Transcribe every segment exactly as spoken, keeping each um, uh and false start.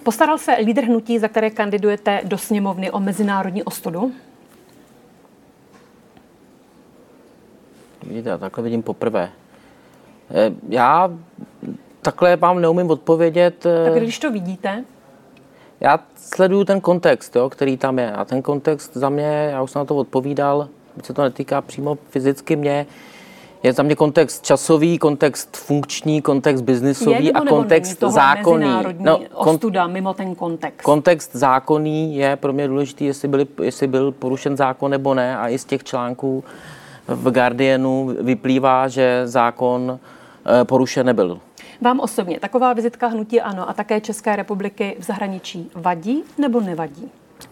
Postaral se lídr hnutí, za které kandidujete do sněmovny, o mezinárodní ostudu? Vidíte, já takhle vidím poprvé. Já takhle vám neumím odpovědět. Tak když to vidíte? Já sleduju ten kontext, jo, který tam je. A ten kontext za mě, já už jsem na to odpovídal, se to netýká přímo fyzicky mě, je za mě kontext časový, kontext funkční, kontext biznisový a kontext zákonný. No, ostuda mimo ten kontext. Kontext zákonný je pro mě důležitý, jestli, byli, jestli byl porušen zákon nebo ne, a i z těch článků v Guardianu vyplývá, že zákon porušen nebyl. Vám osobně taková vizitka hnutí ANO a také České republiky v zahraničí vadí nebo nevadí?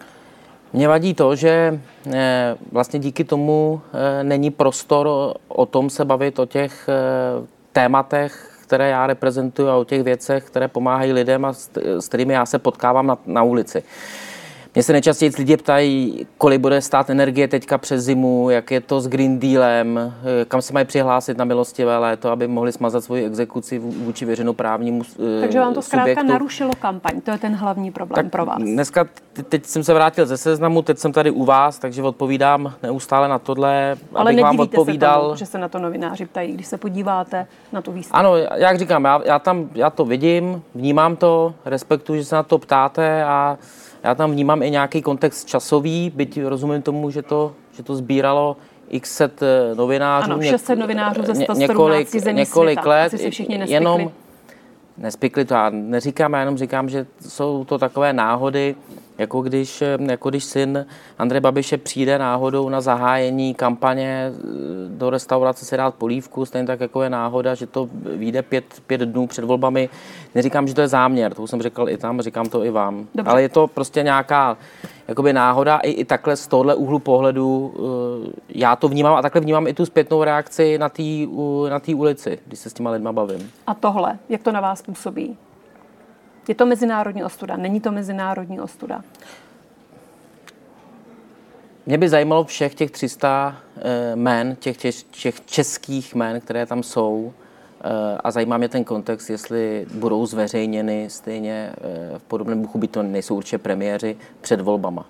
Mně vadí to, že vlastně díky tomu není prostor o tom se bavit, o těch tématech, které já reprezentuju, a o těch věcech, které pomáhají lidem a s kterými já se potkávám na, na ulici. Mě se nejčastěji lidi ptají, kolik bude stát energie teďka přes zimu, jak je to s Green Dealem, kam se mají přihlásit na milostivé léto, aby mohli smazat svoji exekuci vůči veřejnoprávnímu subjektu. Takže vám to zkrátka narušilo kampaň, to je ten hlavní problém tak pro vás. Dneska, teď jsem se vrátil ze Seznamu, teď jsem tady u vás, takže odpovídám neustále na tohle, ale abych vám odpovídal. Se tomu, že se na to novináři ptají, když se podíváte na tu výstavu. Ano, jak říkám, já, já, tam, já to vidím, vnímám to, respektuji, že se na to ptáte, a já tam vnímám i nějaký kontext časový, byť rozumím tomu, že to, že to sbíralo x set novinářů. Ano, šest set novinářů ze sto několik, sedmnácti zemí několik světa. let. Asi si všichni nespikli. Jenom nespikli to, já neříkám, já jenom říkám, že jsou to takové náhody, jako když, jako když syn Andreje Babiše přijde náhodou na zahájení kampaně do restaurace si dát polívku, stejně tak jako je náhoda, že to vyjde pět, pět dnů před volbami. Neříkám, že to je záměr, to jsem říkal i tam, říkám to i vám. Dobře. Ale je to prostě nějaká jakoby náhoda, i, i takhle z tohohle úhlu pohledu já to vnímám, a takhle vnímám i tu zpětnou reakci na té na té ulici, když se s těma lidma bavím. A tohle, jak to na vás působí? Je to mezinárodní ostuda? Není to mezinárodní ostuda? Mě by zajímalo všech těch tři sta jmen, těch, těch, těch českých jmen, které tam jsou, a zajímá mě ten kontext, jestli budou zveřejněny stejně v podobném duchu, by to nejsou určitě premiéři, před volbama.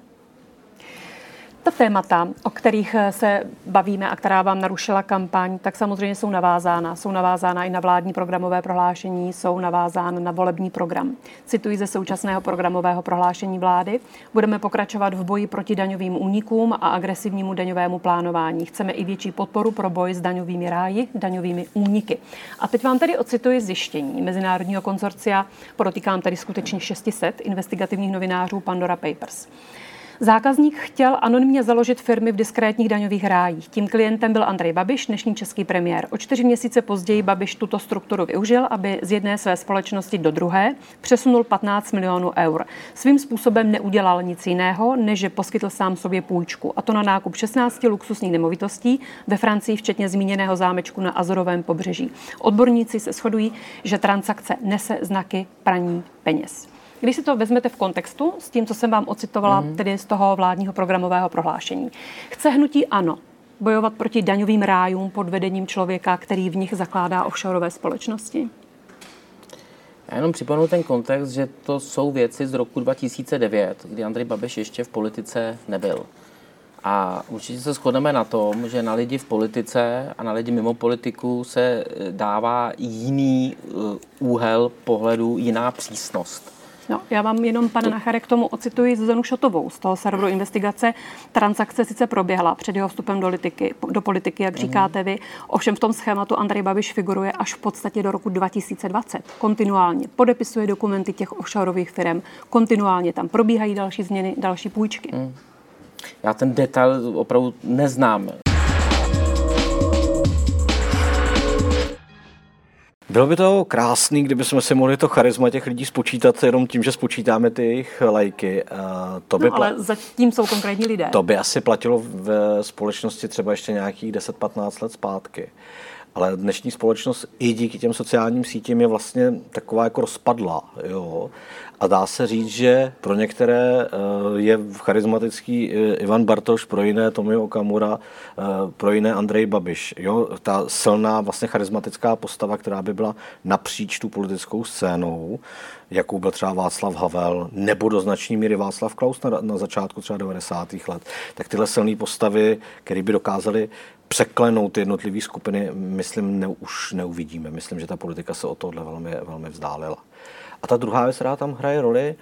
Ta témata, o kterých se bavíme a která vám narušila kampaň, tak samozřejmě jsou navázána. Jsou navázána i na vládní programové prohlášení, jsou navázána na volební program. Cituji ze současného programového prohlášení vlády. Budeme pokračovat v boji proti daňovým únikům a agresivnímu daňovému plánování. Chceme i větší podporu pro boj s daňovými ráji, daňovými úniky. A teď vám tady ocituji zjištění mezinárodního konsorcia, podotýkám tady skutečně šest set investigativních novinářů Pandora Papers. Zákazník chtěl anonymně založit firmy v diskrétních daňových rájích. Tím klientem byl Andrej Babiš, dnešní český premiér. O čtyři měsíce později Babiš tuto strukturu využil, aby z jedné své společnosti do druhé přesunul patnáct milionů eur. Svým způsobem neudělal nic jiného, než že poskytl sám sobě půjčku. A to na nákup šestnácti luxusních nemovitostí ve Francii, včetně zmíněného zámečku na Azorovém pobřeží. Odborníci se shodují, že transakce nese znaky praní peněz. Když si to vezmete v kontextu s tím, co jsem vám ocitovala, mm. tedy z toho vládního programového prohlášení, chce hnutí ANO bojovat proti daňovým rájům pod vedením člověka, který v nich zakládá offshoreové společnosti? Já jenom připomenu ten kontext, že to jsou věci z roku dva tisíce devět, kdy Andrej Babiš ještě v politice nebyl. A určitě se shodneme na tom, že na lidi v politice a na lidi mimo politiku se dává jiný úhel pohledu, jiná přísnost. No, já vám jenom, pane Nachare, k tomu ocituji Zuzanu Šotovou z toho serveru investigace. Transakce sice proběhla před jeho vstupem do politiky, do politiky, jak říkáte vy, ovšem v tom schématu Andrej Babiš figuruje až v podstatě do roku dva tisíce dvacet. Kontinuálně podepisuje dokumenty těch offshoreových firm, kontinuálně tam probíhají další změny, další půjčky. Hmm. Já ten detail opravdu neznám. Bylo by to krásný, kdybychom si mohli to charisma těch lidí spočítat jenom tím, že spočítáme ty jejich lajky. To by no, ale pla- zatím jsou konkrétní lidé. To by asi platilo v společnosti třeba ještě nějakých deset patnáct let zpátky. ale dnešní společnost i díky těm sociálním sítím je vlastně taková jako rozpadlá. Jo? A dá se říct, že pro některé je charismatický Ivan Bartoš, pro jiné Tomio Okamura, pro jiné Andrej Babiš. Jo? Ta silná vlastně charismatická postava, která by byla napříč tu politickou scénou, jakou byl třeba Václav Havel, nebo do značné míry Václav Klaus na, na začátku třeba devadesátých let, tak tyhle silné postavy, které by dokázaly překlenout ty jednotlivé skupiny, myslím, ne, už neuvidíme. Myslím, že ta politika se od tohohle velmi, velmi vzdálila. A ta druhá věc, která tam hraje roli,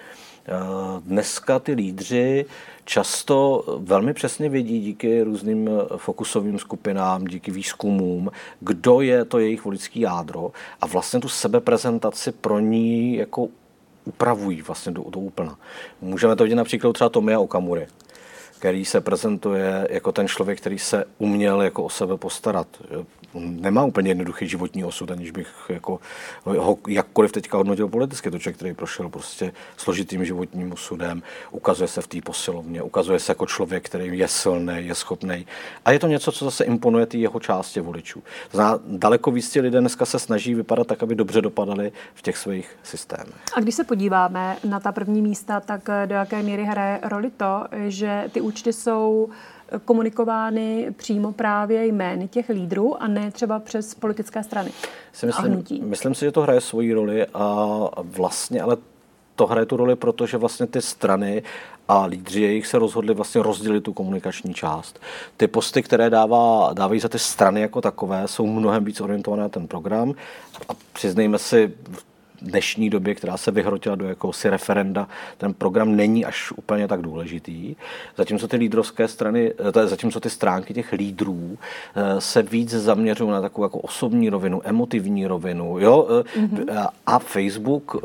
dneska ty lídři často velmi přesně vědí díky různým fokusovým skupinám, díky výzkumům, kdo je to jejich voličský jádro a vlastně tu sebeprezentaci pro ní jako upravují vlastně do, do úplna. Můžeme to vidět například třeba Tomia Okamury, který se prezentuje jako ten člověk, který se uměl jako o sebe postarat. Nemá úplně jednoduchý životní osud, aniž bych jako ho jakkoliv teďka hodnotil politicky. To člověk, který prošel prostě složitým životním osudem, ukazuje se v té posilovně, ukazuje se jako člověk, který je silný, je schopný. A je to něco, co zase imponuje té jeho části voličů. To znamená, daleko víc ti lidé dneska se snaží vypadat tak, aby dobře dopadali v těch svých systémech. A když se podíváme na ta první místa, tak do jaké míry hraje roli to, že ty účty jsou komunikovány přímo právě jmény těch lídrů a ne třeba přes politické strany si myslím, a hnutí. Myslím si, že to hraje svoji roli a vlastně, ale to hraje tu roli, protože vlastně ty strany a lídři jejich se rozhodli vlastně rozdělit tu komunikační část. Ty posty, které dává, dávají za ty strany jako takové, jsou mnohem víc orientované na ten program a přiznejme si, v dnešní době, která se vyhrotila do jakousi referenda, ten program není až úplně tak důležitý. Zatímco ty lídrovské strany, zatímco ty stránky těch lídrů se víc zaměřují na takovou jako osobní rovinu, emotivní rovinu. Jo? Mm-hmm. A Facebook,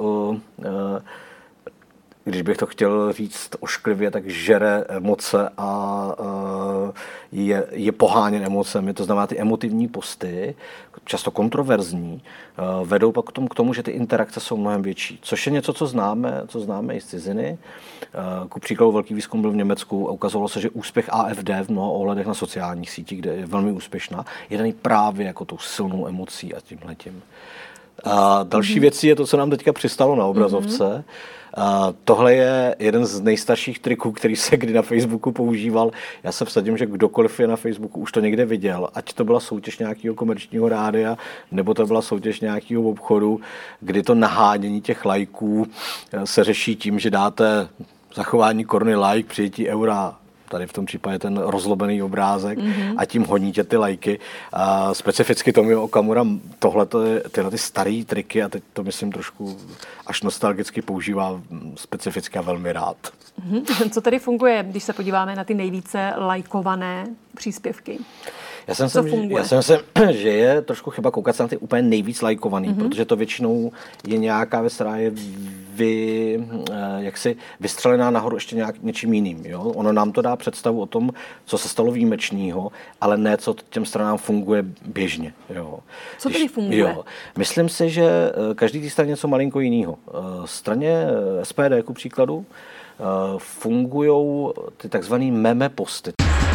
když bych to chtěl říct ošklivě, tak žere emoce a je, je poháněn emocemi. To znamená, ty emotivní posty, často kontroverzní, vedou pak k tomu, k tomu, že ty interakce jsou mnohem větší. Což je něco, co známe, co známe i z ciziny. Ku příkladu velký výzkum byl v Německu a ukazovalo se, že úspěch A F D v mnoha ohledech na sociálních sítích, kde je velmi úspěšná, je daný právě jako tou silnou emocí a tímhletím. A další mm-hmm. věcí je to, co nám teďka přistalo na obrazovce. Mm-hmm. A tohle je jeden z nejstarších triků, který se kdy na Facebooku používal. Já se vsadím, že kdokoliv je na Facebooku už to někde viděl, ať to byla soutěž nějakého komerčního rádia, nebo to byla soutěž nějakého obchodu, kdy to nahánění těch lajků se řeší tím, že dáte zachování koruny like, přijetí eura, tady v tom případě ten rozlobený obrázek mm-hmm. a tím honíte ty lajky. A specificky Tomio Okamura tohleto, tyhle ty starý triky a teď to myslím trošku až nostalgicky používá specificky a velmi rád. Mm-hmm. Co tedy funguje, když se podíváme na ty nejvíce lajkované příspěvky? Já jsem se, já jsem se, že je trošku chyba koukat se na ty úplně nejvíc lajkovaný, mm-hmm. protože to většinou je nějaká věc, která je vy, jaksi vystřelená nahoru ještě nějak něčím jiným. Jo? Ono nám to dá představu o tom, co se stalo výjimečného, ale ne, co těm stranám funguje běžně. Jo? Co tedy funguje? Jo, myslím si, že každý tý straně něco malinko jiného. Straně S P D, ku příkladu, fungují ty takzvaný meme posty.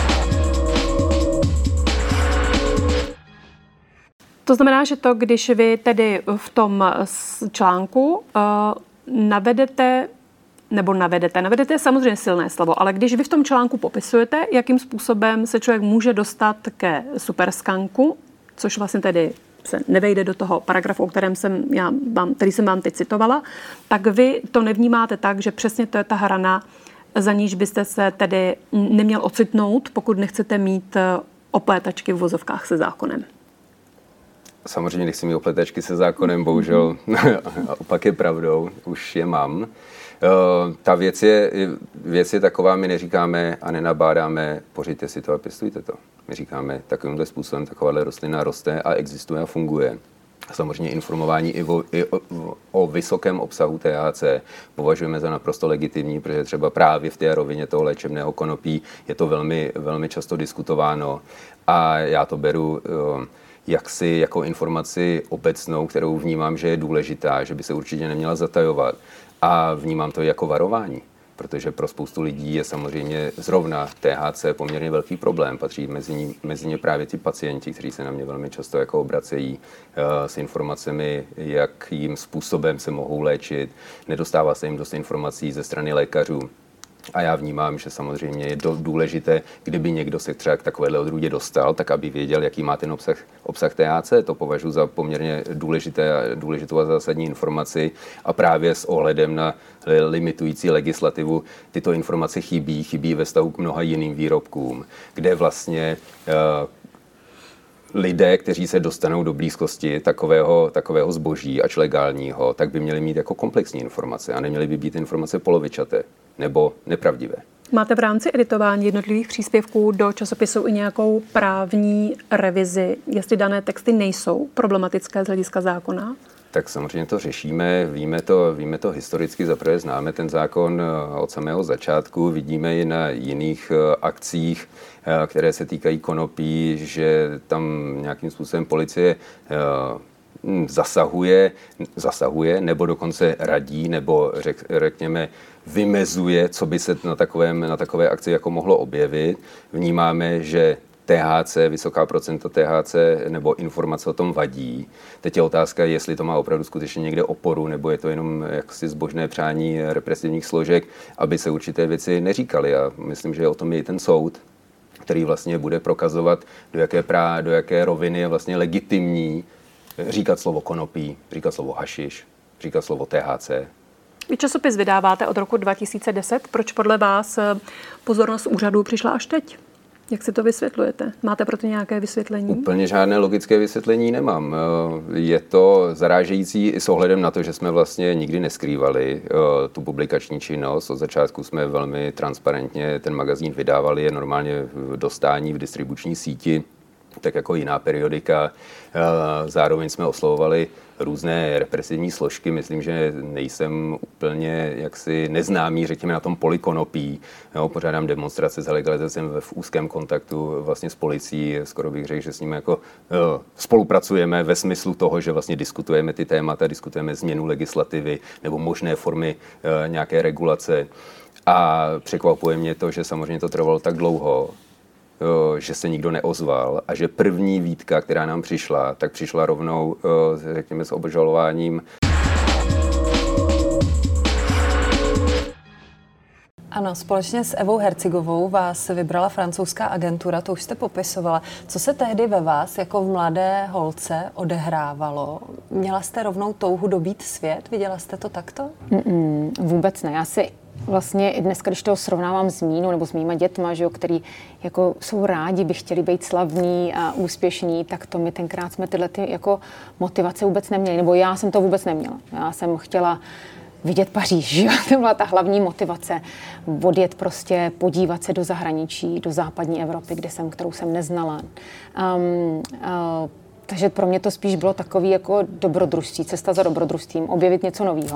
To znamená, že to, když vy tedy v tom článku uh, navedete, nebo navedete, navedete je samozřejmě silné slovo, ale když vy v tom článku popisujete, jakým způsobem se člověk může dostat ke superskanku, což vlastně tedy se nevejde do toho paragrafu, o kterém jsem já vám, který jsem vám teď citovala, tak vy to nevnímáte tak, že přesně to je ta hrana, za níž byste se tedy neměl ocitnout, pokud nechcete mít oplétačky v vozovkách se zákonem. Samozřejmě nechci mít oplétačky se zákonem, bohužel opak je pravdou, už je mám. Ta věc je, věc je taková, my neříkáme a nenabádáme, pořiďte si to a pěstujte to. My říkáme, takovýmhle způsobem takováhle rostlina roste a existuje a funguje. Samozřejmě informování i o, i o, o vysokém obsahu T H C považujeme za naprosto legitimní, protože třeba právě v té rovině toho léčebného konopí je to velmi, velmi často diskutováno a já to beru jaksi jako informaci obecnou, kterou vnímám, že je důležitá, že by se určitě neměla zatajovat. A vnímám to jako varování. protože pro spoustu lidí je samozřejmě zrovna T H C poměrně velký problém. Patří mezi, ní, mezi ně právě ti pacienti, kteří se na mě velmi často jako obracejí uh, s informacemi, jakým způsobem se mohou léčit. Nedostává se jim dost informací ze strany lékařů. A já vnímám, že samozřejmě je důležité, kdyby někdo se třeba k takovéhle odrůdě dostal, tak aby věděl, jaký má ten obsah, obsah T H C. To považuji za poměrně důležité, důležitou a zásadní informaci. A právě s ohledem na limitující legislativu tyto informace chybí, chybí ve vztahu k mnoha jiným výrobkům, kde vlastně uh, lidé, kteří se dostanou do blízkosti takového, takového zboží, ač legálního, tak by měli mít jako komplexní informace a neměly by být informace polovičaté nebo nepravdivé. Máte v rámci editování jednotlivých příspěvků do časopisu i nějakou právní revizi, jestli dané texty nejsou problematické z hlediska zákona? Tak samozřejmě to řešíme, víme to, víme to historicky, zaprvé známe ten zákon od samého začátku, vidíme i na jiných akcích, které se týkají konopí, že tam nějakým způsobem policie zasahuje, zasahuje nebo dokonce radí, nebo řek, řekněme vymezuje, co by se na, takovém, na takové akci jako mohlo objevit. Vnímáme, že T H C, vysoká procenta T H C nebo informace o tom vadí. Teď je otázka, jestli to má opravdu skutečně někde oporu, nebo je to jenom jaksi zbožné přání represivních složek, aby se určité věci neříkaly. A myslím, že o tom je i ten soud, který vlastně bude prokazovat, do jaké, prá, do jaké roviny je vlastně legitimní říkat slovo konopí, říkat slovo hašiš, říkat slovo T H C. Vy časopis vydáváte od roku dva tisíce deset. Proč podle vás pozornost úřadů přišla až teď? Jak si to vysvětlujete? Máte pro to nějaké vysvětlení? Úplně žádné logické vysvětlení nemám. Je to zarážející i s ohledem na to, že jsme vlastně nikdy neskrývali tu publikační činnost. Od začátku jsme velmi transparentně ten magazín vydávali, je normálně v dostání v distribuční síti, tak jako jiná periodika. Zároveň jsme oslovovali různé represivní složky. Myslím, že nejsem úplně jaksi neznámý, řekněme, na tom poli konopí. Jo, pořádám demonstrace za legalizaci, jsem v úzkém kontaktu vlastně s policií. Skoro bych řekl, že s nimi jako jo, spolupracujeme ve smyslu toho, že vlastně diskutujeme ty témata, diskutujeme změnu legislativy nebo možné formy uh, nějaké regulace. A překvapuje mě to, že samozřejmě to trvalo tak dlouho, že se nikdo neozval a že první výtka, která nám přišla, tak přišla rovnou, řekněme, s obžalováním. Ano, společně s Evou Hercigovou vás vybrala francouzská agentura, to už jste popisovala. Co se tehdy ve vás jako v mladé holce odehrávalo? Měla jste rovnou touhu dobít svět? Viděla jste to takto? Mm-mm, vůbec ne. Já si vlastně i dneska, když to srovnávám s Mínou nebo s mýma dětma, že jo, který jako jsou rádi, by chtěli být slavní a úspěšní, tak to my tenkrát jsme tyhle ty jako motivace vůbec neměli. Nebo já jsem to vůbec neměla. Já jsem chtěla vidět Paříž, že jo? To byla ta hlavní motivace. Odjet prostě, podívat se do zahraničí, do západní Evropy, kde jsem, kterou jsem neznala. Um, uh, takže pro mě to spíš bylo takový jako dobrodružství, cesta za dobrodružstvím, objevit něco nového.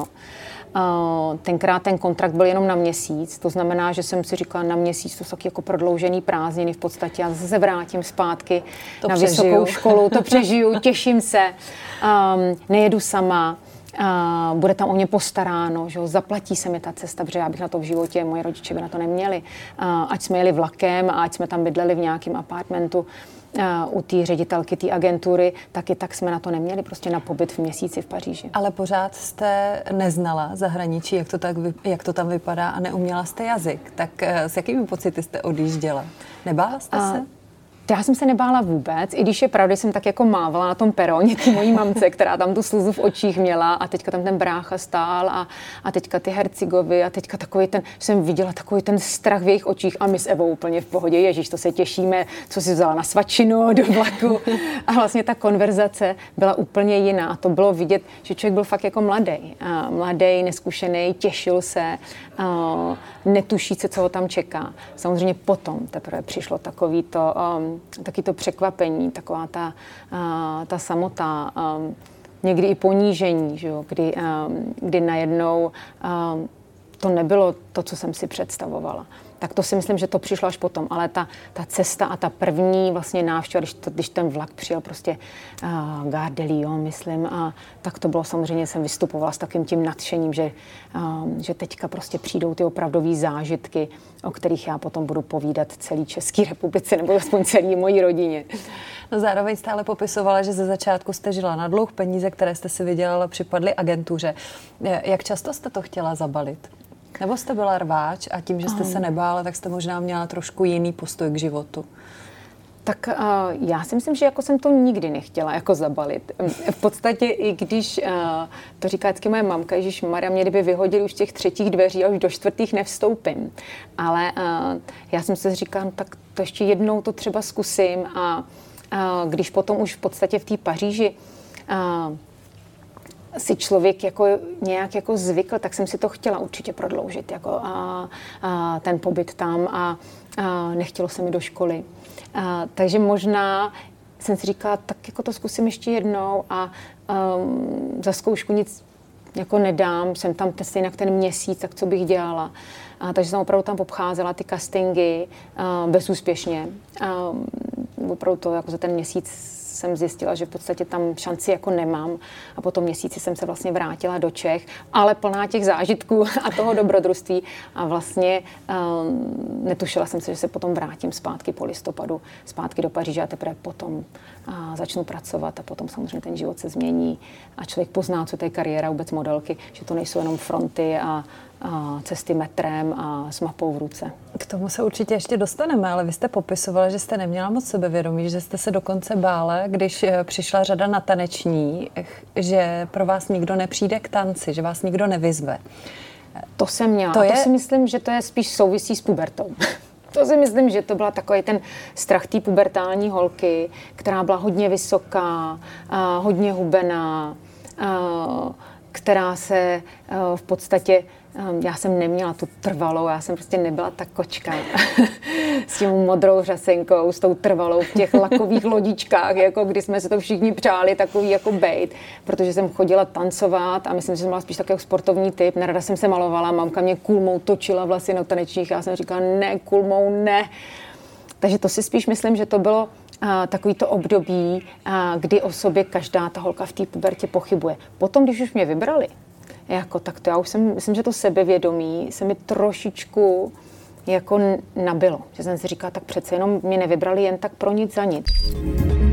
Uh, tenkrát ten kontrakt byl jenom na měsíc, to znamená, že jsem si říkala na měsíc, to jsou taky jako prodloužený prázdniny v podstatě, já zase se vrátím zpátky to na přežiju. vysokou školu, to přežiju, těším se, um, nejedu sama. Uh, bude tam o mě postaráno, že jo, zaplatí se mi ta cesta, protože já bych na to v životě, moji rodiče by na to neměli. Uh, ať jsme jeli vlakem a ať jsme tam bydleli v nějakém apartmentu uh, u té ředitelky té agentury, taky tak jsme na to neměli, prostě na pobyt v měsíci v Paříži. Ale pořád jste neznala zahraničí, jak to, tak, jak to tam vypadá a neuměla jste jazyk. Tak uh, s jakými pocity jste odjížděla? Nebála jste se? Uh, Já jsem se nebála vůbec, i když je pravda, jsem tak jako mávala na tom peroně ty mojí mamce, která tam tu slzu v očích měla a teďka tam ten brácha stál a, a teďka ty Hercigovy a teďka takový ten, jsem viděla takový ten strach v jejich očích a my s Evou úplně v pohodě, ježiš, to se těšíme, co si vzala na svačinu do vlaku a vlastně ta konverzace byla úplně jiná a to bylo vidět, že člověk byl fakt jako mladý, mladý, neskušený, těšil se, netuší se, co ho tam čeká. Samozřejmě potom teprve přišlo takový to, um, taky to překvapení, taková ta, uh, ta samota, um, někdy i ponížení, že jo, kdy, um, kdy najednou um, to nebylo to, co jsem si představovala. tak to si myslím, že to přišlo až potom. Ale ta, ta cesta a ta první vlastně návštěva, když, to, když ten vlak přijel prostě uh, Gare de Lyon, myslím, a tak to bylo samozřejmě, jsem vystupovala s takovým tím nadšením, že, uh, že teďka prostě přijdou ty opravdové zážitky, o kterých já potom budu povídat celý České republice nebo aspoň celý mojí rodině. No zároveň stále popisovala, že ze začátku jste žila na dluh, peníze, které jste si vydělala, připadly agentuře. Jak často jste to chtěla zabalit? Nebo jste byla rváč a tím, že jste se nebála, tak jste možná měla trošku jiný postoj k životu? Tak uh, já si myslím, že jako jsem to nikdy nechtěla jako zabalit. V podstatě i když, uh, to říká vždycky moje mamka, ježišmarja, mě kdyby vyhodili už těch třetích dveří a už do čtvrtých nevstoupím. Ale uh, já jsem si říkala, no, tak to ještě jednou to třeba zkusím a uh, když potom už v podstatě v té Paříži uh, si člověk jako nějak jako zvykl, tak jsem si to chtěla určitě prodloužit, jako a, a ten pobyt tam a, a nechtělo se mi do školy. A, takže možná jsem si říkala, tak jako to zkusím ještě jednou a um, za zkoušku nic jako nedám, jsem tam stejně ten měsíc, tak co bych dělala. A, takže jsem opravdu tam obcházela ty castingy uh, bezúspěšně. A, opravdu to jako za ten měsíc jsem zjistila, že v podstatě tam šanci jako nemám a po tom měsíci jsem se vlastně vrátila do Čech, ale plná těch zážitků a toho dobrodružství a vlastně um, netušila jsem se, že se potom vrátím zpátky po listopadu, zpátky do Paříže a teprve potom uh, začnu pracovat a potom samozřejmě ten život se změní a člověk pozná, co to je kariéra vůbec modelky, že to nejsou jenom fronty a a cesty metrem a s mapou v ruce. K tomu se určitě ještě dostaneme, ale vy jste popisovala, že jste neměla moc sebevědomí, že jste se dokonce bála, když přišla řada na taneční, že pro vás nikdo nepřijde k tanci, že vás nikdo nevyzve. To jsem měla. To, a to je... si myslím, že to je spíš souvisí s pubertou. To si myslím, že to byla takový ten strach té pubertální holky, která byla hodně vysoká, hodně hubená, která se v podstatě, já jsem neměla tu trvalou, já jsem prostě nebyla ta kočka s tím modrou řasenkou, s tou trvalou v těch lakových lodičkách, jako když jsme se to všichni přáli, takový jako bejt, protože jsem chodila tancovat a myslím, že jsem byla spíš takový sportovní typ, nerada jsem se malovala, mamka mě kulmou točila vlasy na tanečních, já jsem říkala ne, kulmou ne. Takže to si spíš myslím, že to bylo a, takový to období, a, kdy o sobě každá ta holka v té pubertě pochybuje. Potom, když už mě vybrali, jako, tak to já už jsem, myslím, že to sebevědomí se mi trošičku jako nabilo. Že jsem si říkala, tak přece jenom mě nevybrali jen tak pro nic za nic.